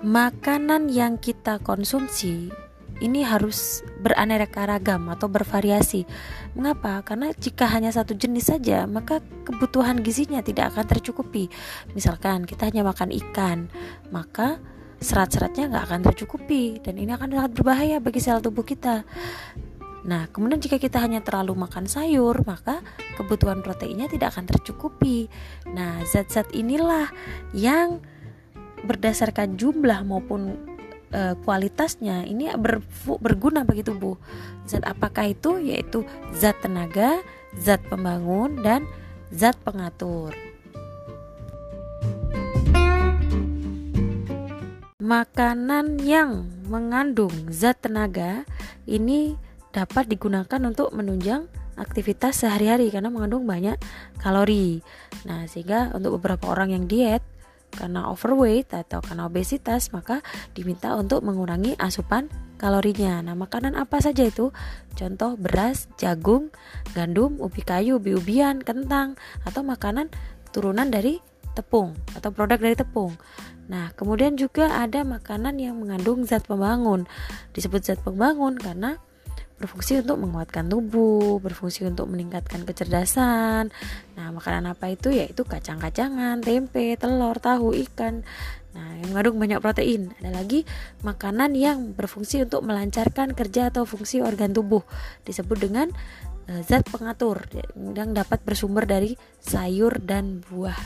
makanan yang kita konsumsi ini harus beraneka ragam atau bervariasi. Mengapa? Karena jika hanya satu jenis saja, maka kebutuhan gizinya tidak akan tercukupi. Misalkan kita hanya makan ikan, maka serat-seratnya nggak akan tercukupi, dan ini akan sangat berbahaya bagi sel tubuh kita. Nah, kemudian jika kita hanya terlalu makan sayur, maka kebutuhan proteinnya tidak akan tercukupi. Nah, zat-zat inilah yang berdasarkan jumlah maupun kualitasnya ini berguna bagi tubuh. Zat apakah itu? Yaitu zat tenaga, zat pembangun, dan zat pengatur. Makanan yang mengandung zat tenaga ini dapat digunakan untuk menunjang aktivitas sehari-hari karena mengandung banyak kalori. Nah, sehingga untuk beberapa orang yang diet karena overweight atau karena obesitas, maka diminta untuk mengurangi asupan kalorinya. Nah, makanan apa saja itu? Contoh beras, jagung, gandum, ubi kayu, ubi-ubian, kentang, atau makanan turunan dari tepung atau produk dari tepung. Nah, kemudian juga ada makanan yang mengandung zat pembangun. Disebut zat pembangun karena berfungsi untuk menguatkan tubuh, berfungsi untuk meningkatkan kecerdasan. Nah, makanan apa itu? Yaitu kacang-kacangan, tempe, telur, tahu, ikan. Nah, yang mengandung banyak protein. Ada lagi makanan yang berfungsi untuk melancarkan kerja atau fungsi organ tubuh. Disebut dengan zat pengatur yang dapat bersumber dari sayur dan buah.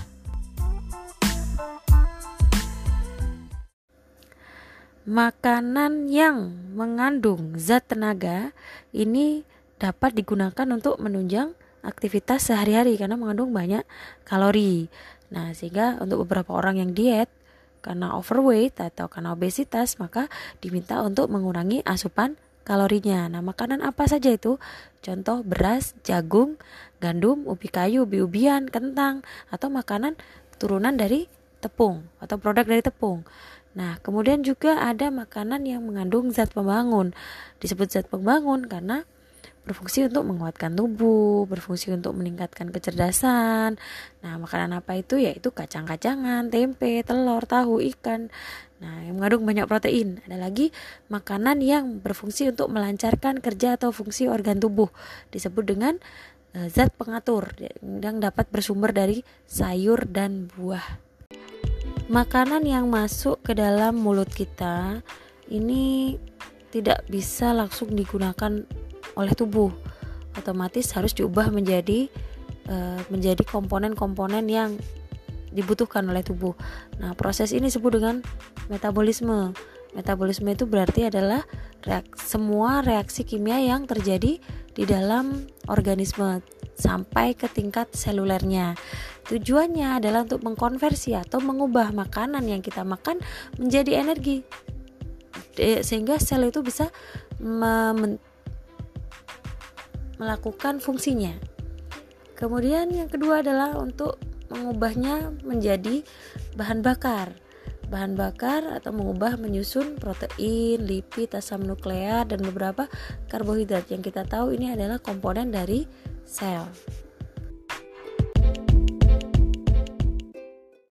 Makanan yang mengandung zat tenaga ini dapat digunakan untuk menunjang aktivitas sehari-hari karena mengandung banyak kalori. Nah, sehingga untuk beberapa orang yang diet karena overweight atau karena obesitas, maka diminta untuk mengurangi asupan kalorinya. Nah, makanan apa saja itu? Contoh beras, jagung, gandum, ubi kayu, ubi-ubian, kentang, atau makanan turunan dari tepung atau produk dari tepung. Nah, kemudian juga ada makanan yang mengandung zat pembangun. Disebut zat pembangun karena berfungsi untuk menguatkan tubuh, berfungsi untuk meningkatkan kecerdasan. Nah, makanan apa itu? Yaitu kacang-kacangan, tempe, telur, tahu, ikan. Nah, yang mengandung banyak protein. Ada lagi makanan yang berfungsi untuk melancarkan kerja atau fungsi organ tubuh. Disebut dengan zat pengatur yang dapat bersumber dari sayur dan buah. Makanan yang masuk ke dalam mulut kita ini tidak bisa langsung digunakan oleh tubuh, otomatis harus diubah menjadi komponen-komponen yang dibutuhkan oleh tubuh. Nah, proses ini disebut dengan metabolisme. Metabolisme itu berarti adalah semua reaksi kimia yang terjadi di dalam organisme sampai ke tingkat selulernya. Tujuannya adalah untuk mengkonversi atau mengubah makanan yang kita makan menjadi energi, sehingga sel itu bisa melakukan fungsinya. Kemudian yang kedua adalah untuk mengubahnya menjadi bahan bakar. Bahan bakar atau mengubah menyusun protein, lipid, asam nukleat, dan beberapa karbohidrat yang kita tahu ini adalah komponen dari sel.